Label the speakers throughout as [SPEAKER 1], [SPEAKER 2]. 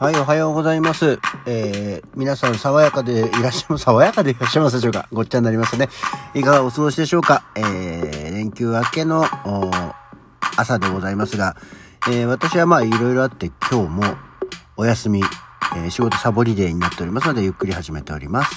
[SPEAKER 1] はい、おはようございます。皆さん爽やかでいらっしゃいますでしょうか。ごっちゃになりますね。いかがお過ごしでしょうか。連休明けの朝でございますが、私はいろいろあって今日もお休み、仕事サボりデーになっておりますのでゆっくり始めております。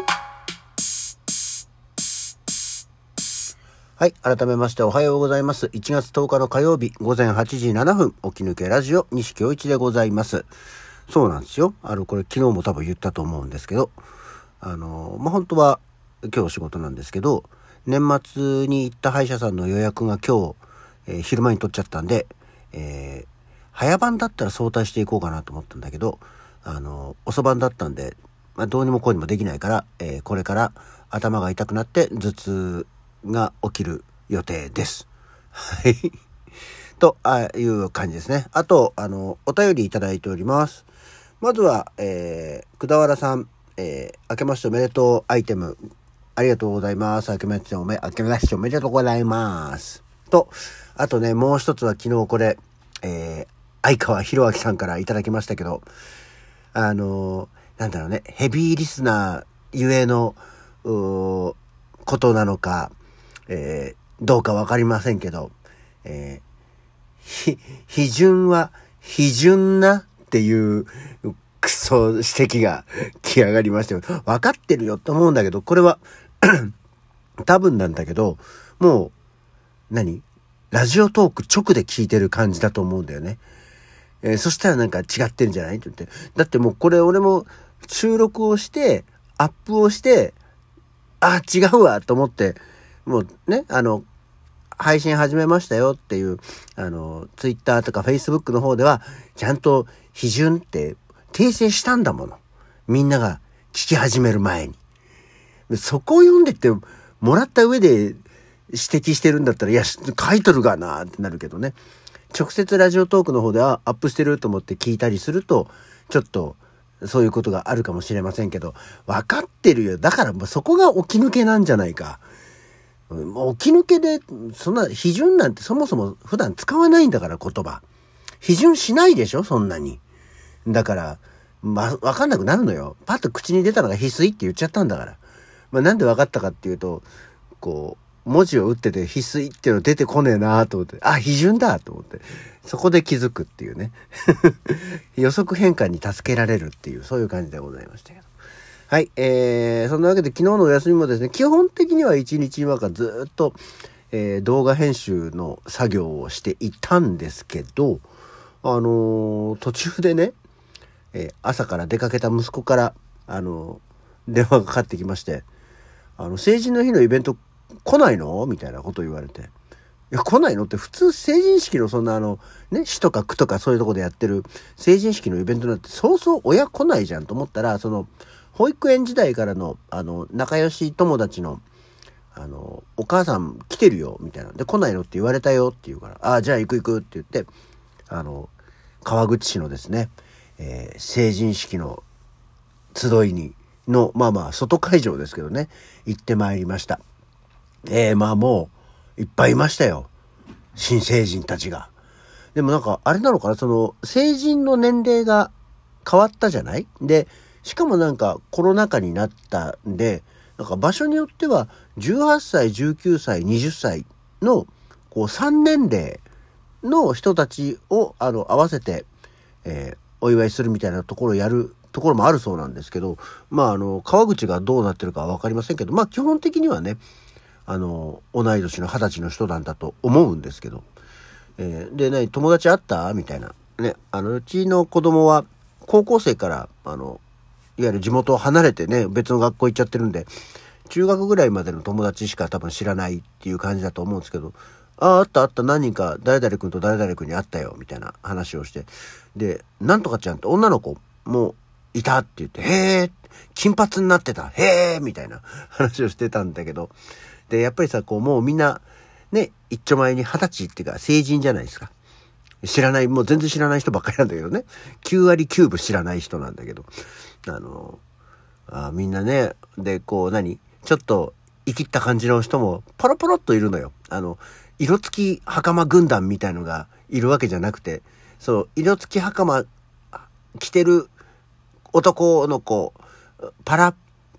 [SPEAKER 1] はい。改めましておはようございます。1月10日の火曜日午前8時7分、起き抜けラジオ西京一でございます。そうなんですよ。これ昨日も多分言ったと思うんですけど、本当は今日仕事なんですけど、年末に行った歯医者さんの予約が今日、昼間に取っちゃったんで、早番だったら早退していこうかなと思ったんだけど、遅番だったんで、どうにもこうにもできないから、これから頭が痛くなって頭痛が起きる予定です。はい。という感じですね。あと、お便りいただいております。まずは、くだわらさん、明けましておめでとうアイテム、ありがとうございます。明けましておめでとうございます。と、あとね、もう一つは昨日これ、相川博明さんからいただきましたけど、なんだろうね、ヘビーリスナーゆえの、ことなのか、どうかわかりませんけど、批准は批准なっていうクソ指摘が来上がりましたよ。わかってるよって思うんだけど、これは多分なんだけど、もうラジオトーク直で聞いてる感じだと思うんだよね。そしたらなんか違ってんじゃないって言って。だってもうこれ俺も収録をしてアップをして違うわと思って、もうね、配信始めましたよっていう、ツイッターとかフェイスブックの方では、ちゃんと批准って訂正したんだもの。みんなが聞き始める前に。そこを読んでってもらった上で指摘してるんだったら、いや、書いとるがなってなるけどね。直接ラジオトークの方ではアップしてると思って聞いたりすると、ちょっと、そういうことがあるかもしれませんけど、分かってるよ。だからもうそこが起き抜けなんじゃないか。もう起き抜けで、そんな批准なんてそもそも普段使わないんだから言葉。批准しないでしょそんなに。だから、わかんなくなるのよ。パッと口に出たのが翡翠って言っちゃったんだから。なんでわかったかっていうと、文字を打ってて翡翠っていうの出てこねえなと思って、批准だと思って、そこで気づくっていうね。予測変換に助けられるっていう、そういう感じでございましたけど。はい。そんなわけで昨日のお休みもですね、基本的には一日今からずっと、動画編集の作業をしていたんですけど、途中でね、朝から出かけた息子から、電話がかかってきまして、成人の日のイベント来ないのみたいなことを言われて。いや、来ないのって普通成人式のそんな市とか区とかそういうとこでやってる成人式のイベントなんてそうそう親来ないじゃんと思ったら、保育園時代からの、仲良し友達の、お母さん来てるよ、みたいな。で、来ないのって言われたよって言うから、じゃあ行くって言って、川口市のですね、成人式の集いの、外会場ですけどね、行ってまいりました。もう、いっぱいいましたよ。新成人たちが。でもなんか、あれなのかな、成人の年齢が変わったじゃないで、しかもなんかコロナ禍になったんで、なんか場所によっては18歳、19歳、20歳の3年齢の人たちを合わせて、お祝いするみたいなところをやるところもあるそうなんですけど、川口がどうなってるかはわかりませんけど、基本的にはね、同い年の20歳の人なんだと思うんですけど、でね、友達会ったみたいな。ね、うちの子供は高校生から、いわゆる地元を離れてね、別の学校行っちゃってるんで、中学ぐらいまでの友達しか多分知らないっていう感じだと思うんですけど、あった、何人か誰々君と誰々君に会ったよ、みたいな話をして。で、なんとかちゃんって女の子もいたって言って、へー、金髪になってた、へー、みたいな話をしてたんだけど、で、やっぱりさ、もうみんな、ね、一丁前に20歳っていうか成人じゃないですか。知らない、もう全然知らない人ばっかりなんだけどね。9割9分知らない人なんだけど。みんなね、で、ちょっと生きった感じの人もポロポロっといるのよ。色付き袴軍団みたいのがいるわけじゃなくて、そう、色付き袴着てる男の子、パラ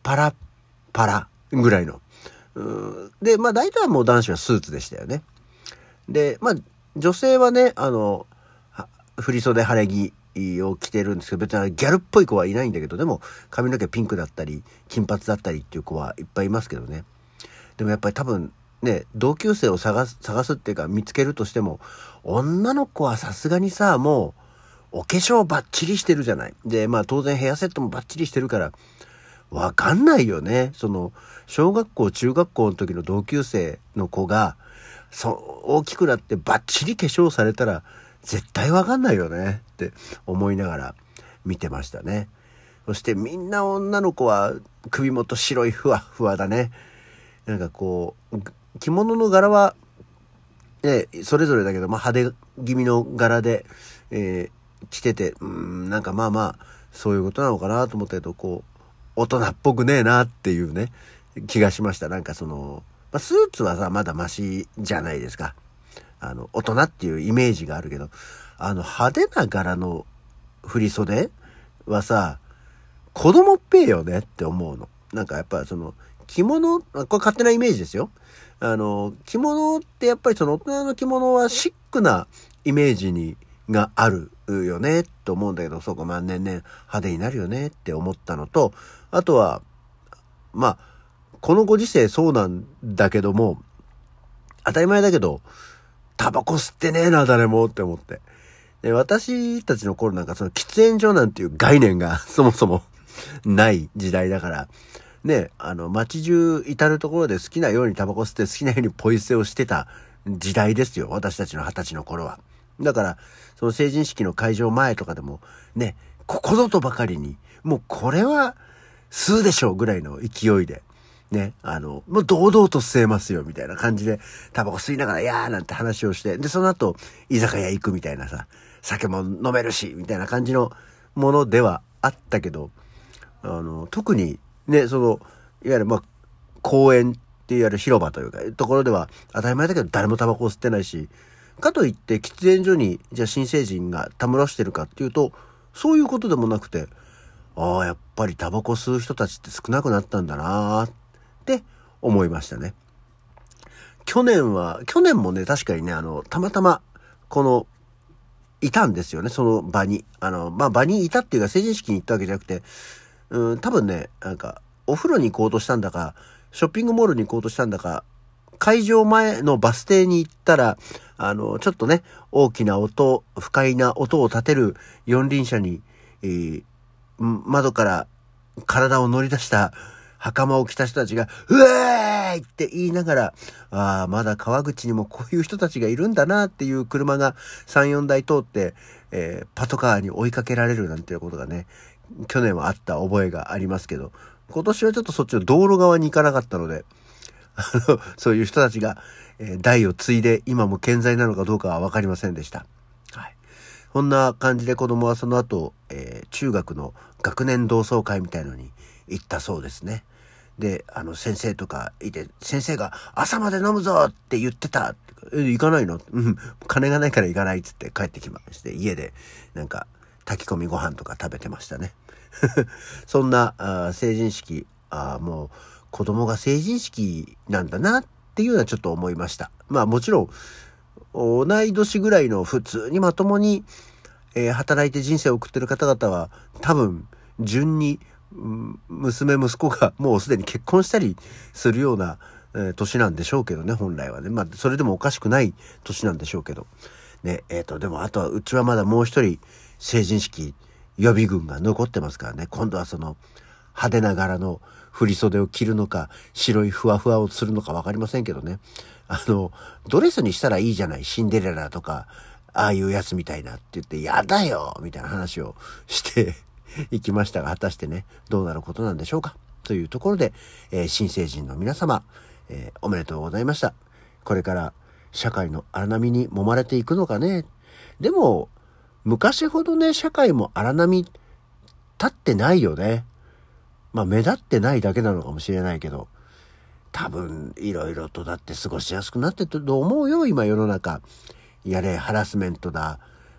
[SPEAKER 1] ぐらいの。で、まあ大体もう男子はスーツでしたよね。で、まあ女性はね、振袖晴れ着を着てるんですけど、別にギャルっぽい子はいないんだけど、でも髪の毛ピンクだったり、金髪だったりっていう子はいっぱいいますけどね。でもやっぱり多分ね、同級生を探すっていうか見つけるとしても、女の子はさすがにさ、もう、お化粧バッチリしてるじゃない。で、まあ当然ヘアセットもバッチリしてるから、わかんないよね。小学校、中学校の時の同級生の子が、大きくなってバッチリ化粧されたら、絶対わかんないよねって思いながら見てましたね。そしてみんな女の子は首元白いふわふわだね。なんかこう、着物の柄は、ね、それぞれだけど、まあ派手気味の柄で、着てて、なんかまあまあ、そういうことなのかなと思ったけど、こう、大人っぽくねえなっていうね、気がしました。なんかスーツはさ、まだマシじゃないですか。大人っていうイメージがあるけど、派手な柄の振袖はさ、子供っぺえよねって思うの。なんかやっぱ着物、これ勝手なイメージですよ。着物ってやっぱり大人の着物はシックなイメージがあるよねと思うんだけど、そうか、まあ年々派手になるよねって思ったのと、あとは、まあ、このご時世そうなんだけども、当たり前だけど、タバコ吸ってねえな、誰もって思って。で、私たちの頃なんか喫煙所なんていう概念がそもそもない時代だから、ね、街中至るところで好きなようにタバコ吸って好きなようにポイ捨てをしてた時代ですよ。私たちの20歳の頃は。だから、成人式の会場前とかでも、ね、ここぞとばかりに、もうこれは吸うでしょうぐらいの勢いで、ね、もう堂々と吸えますよみたいな感じで、タバコ吸いながら、やーなんて話をして、で、その後、居酒屋行くみたいなさ、酒も飲めるし、みたいな感じのものではあったけど、特に、ね、いわゆる公園っていわゆる広場というか、ところでは当たり前だけど誰もタバコを吸ってないし、かといって喫煙所に、じゃあ新成人がたむろしてるかっていうと、そういうことでもなくて、やっぱりタバコ吸う人たちって少なくなったんだなーって思いましたね。去年もね、確かにね、たまたま、いたんですよね、その場に。場にいたっていうか、成人式に行ったわけじゃなくて、多分ね、なんか、お風呂に行こうとしたんだか、ショッピングモールに行こうとしたんだか、会場前のバス停に行ったら、ちょっとね、大きな音、不快な音を立てる四輪車に、窓から体を乗り出した袴を着た人たちが、うえーいって言いながら、まだ川口にもこういう人たちがいるんだなっていう車が3、4台通って、パトカーに追いかけられるなんていうことがね、去年はあった覚えがありますけど、今年はちょっとそっちの道路側に行かなかったので、そういう人たちが、代を継いで今も健在なのかどうかはわかりませんでした。はい。こんな感じで子供はその後、中学の学年同窓会みたいのに行ったそうですね。で、先生とかいて、先生が朝まで飲むぞって言ってた。行かないの？金がないから行かないっつって帰ってきまして、家でなんか炊き込みご飯とか食べてましたね。そんな成人式、もう子供が成人式なんだなっていうのはちょっと思いました。まあもちろん同い年ぐらいの普通にまともに、働いて人生を送ってる方々は多分順に娘息子がもうすでに結婚したりするような、年なんでしょうけどね、本来はね。まあそれでもおかしくない年なんでしょうけどね。でもあとはうちはまだもう一人成人式予備軍が残ってますからね。今度は派手な柄の振袖を着るのか、白いふわふわをするのかわかりませんけどね。ドレスにしたらいいじゃない。シンデレラとか、ああいうやつみたいなって言って、やだよみたいな話をして行きましたが、果たしてね、どうなることなんでしょうか。というところで、新成人の皆様、おめでとうございました。これから社会の荒波に揉まれていくのかね。でも、昔ほどね、社会も荒波立ってないよね。まあ目立ってないだけなのかもしれないけど、多分いろいろとだって過ごしやすくなってると思うよ、今世の中。やれハラスメントだ、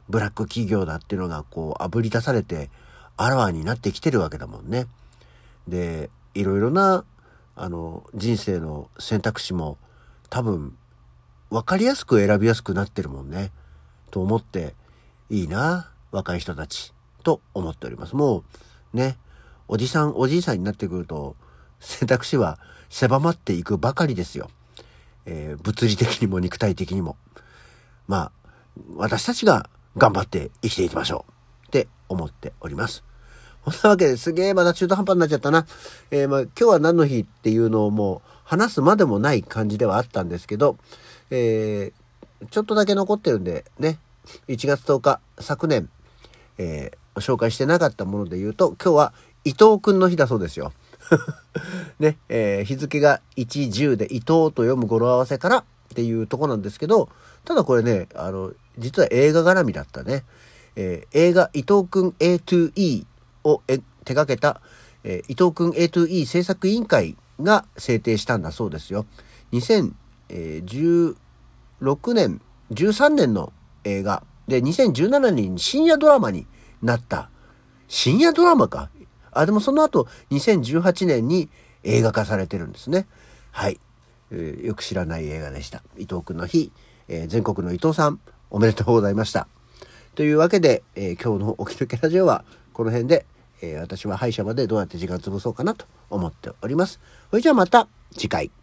[SPEAKER 1] ブラック企業だっていうのがこう、炙り出されて、あらわになってきてるわけだもんね。で、いろいろな、人生の選択肢も多分、わかりやすく選びやすくなってるもんね。と思って、いいな、若い人たち、と思っております。もう、ね、おじさん、おじいさんになってくると、選択肢は狭まっていくばかりですよ。物理的にも肉体的にも。まあ、私たちが頑張って生きていきましょう。って思っております。そんなわけですげえまだ中途半端になっちゃったな。今日は何の日っていうのをもう話すまでもない感じではあったんですけど、ちょっとだけ残ってるんでね、1月10日、昨年、紹介してなかったもので言うと、今日は伊藤くんの日だそうですよ。ね、日付が110で伊藤と読む語呂合わせからっていうとこなんですけど、ただこれね、実は映画絡みだったね。映画伊藤くん A2E を手掛けた、伊藤くん A2E 制作委員会が制定したんだそうですよ。2016年、13年の映画で、2017年に深夜ドラマになった。深夜ドラマか。でもその後、2018年に映画化されてるんですね。はい。よく知らない映画でした。伊藤くんの日、全国の伊藤さん、おめでとうございました。というわけで、今日の起き抜けラジオはこの辺で、私は歯医者までどうやって時間潰そうかなと思っております。それじゃあまた次回。